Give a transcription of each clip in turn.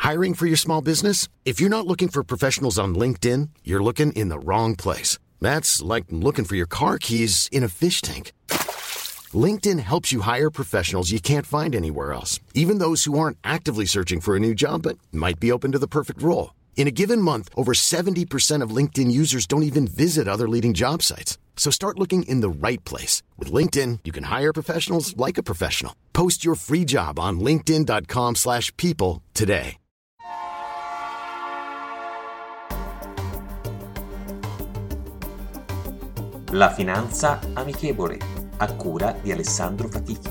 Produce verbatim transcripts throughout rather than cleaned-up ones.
Hiring for your small business? If you're not looking for professionals on LinkedIn, you're looking in the wrong place. That's like looking for your car keys in a fish tank. LinkedIn helps you hire professionals you can't find anywhere else, even those who aren't actively searching for a new job but might be open to the perfect role. In a given month, over seventy percent of LinkedIn users don't even visit other leading job sites. So start looking in the right place. With LinkedIn, you can hire professionals like a professional. Post your free job on linkedin.com slash people today. La finanza amichevole, a cura di Alessandro Fatichi.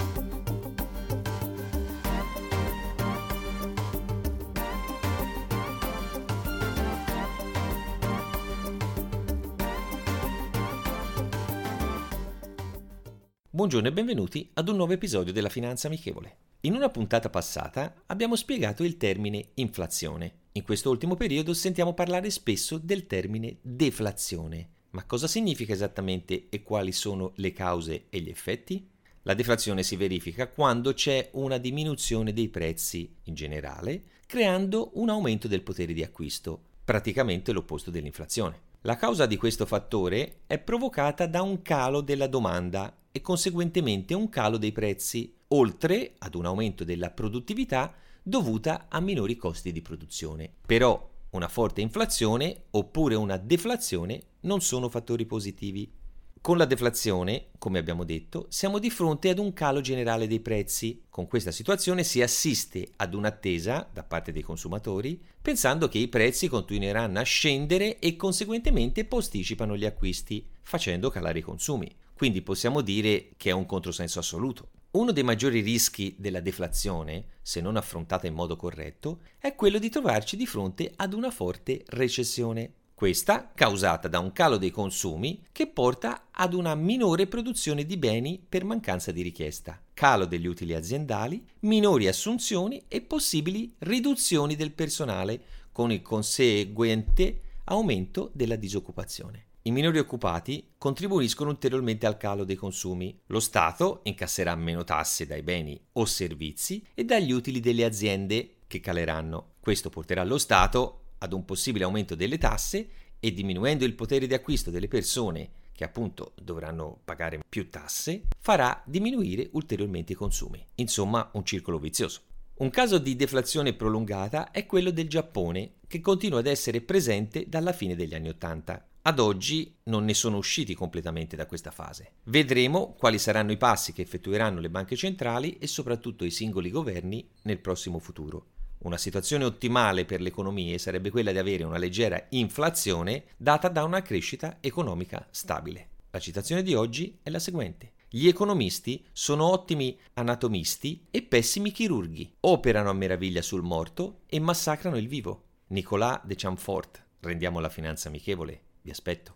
Buongiorno e benvenuti ad un nuovo episodio della Finanza Amichevole. In una puntata passata abbiamo spiegato il termine inflazione. In questo ultimo periodo sentiamo parlare spesso del termine deflazione. Ma cosa significa esattamente e quali sono le cause e gli effetti? La deflazione si verifica quando c'è una diminuzione dei prezzi in generale, creando un aumento del potere di acquisto, praticamente l'opposto dell'inflazione. La causa di questo fattore è provocata da un calo della domanda e conseguentemente un calo dei prezzi, oltre ad un aumento della produttività dovuta a minori costi di produzione. Però una forte inflazione oppure una deflazione non sono fattori positivi. Con la deflazione, come abbiamo detto, siamo di fronte ad un calo generale dei prezzi. Con questa situazione si assiste ad un'attesa da parte dei consumatori, pensando che i prezzi continueranno a scendere e conseguentemente posticipano gli acquisti, facendo calare i consumi. Quindi possiamo dire che è un controsenso assoluto. Uno dei maggiori rischi della deflazione, se non affrontata in modo corretto, è quello di trovarci di fronte ad una forte recessione. Questa causata da un calo dei consumi che porta ad una minore produzione di beni per mancanza di richiesta, calo degli utili aziendali, minori assunzioni e possibili riduzioni del personale, con il conseguente aumento della disoccupazione. I minori occupati contribuiscono ulteriormente al calo dei consumi. Lo Stato incasserà meno tasse dai beni o servizi e dagli utili delle aziende che caleranno. Questo porterà lo Stato ad un possibile aumento delle tasse e, diminuendo il potere di acquisto delle persone che appunto dovranno pagare più tasse, farà diminuire ulteriormente i consumi. Insomma, un circolo vizioso. Un caso di deflazione prolungata è quello del Giappone, che continua ad essere presente dalla fine degli anni Ottanta. Ad oggi non ne sono usciti completamente da questa fase. Vedremo quali saranno i passi che effettueranno le banche centrali e soprattutto i singoli governi nel prossimo futuro. Una situazione ottimale per le economie sarebbe quella di avere una leggera inflazione data da una crescita economica stabile. La citazione di oggi è la seguente: gli economisti sono ottimi anatomisti e pessimi chirurghi. Operano a meraviglia sul morto e massacrano il vivo. Nicolas de Chamfort. Rendiamo la finanza amichevole. Vi aspetto.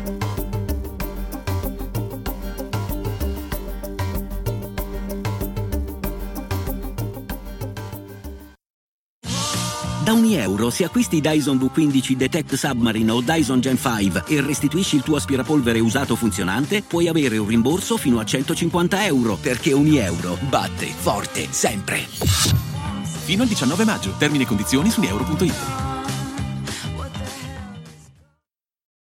Da ogni euro, se acquisti Dyson V quindici Detect Submarine o Dyson Gen cinque e restituisci il tuo aspirapolvere usato funzionante, puoi avere un rimborso fino a centocinquanta euro, perché ogni euro batte forte sempre. Fino al diciannove maggio. Termini e condizioni su euro punto it.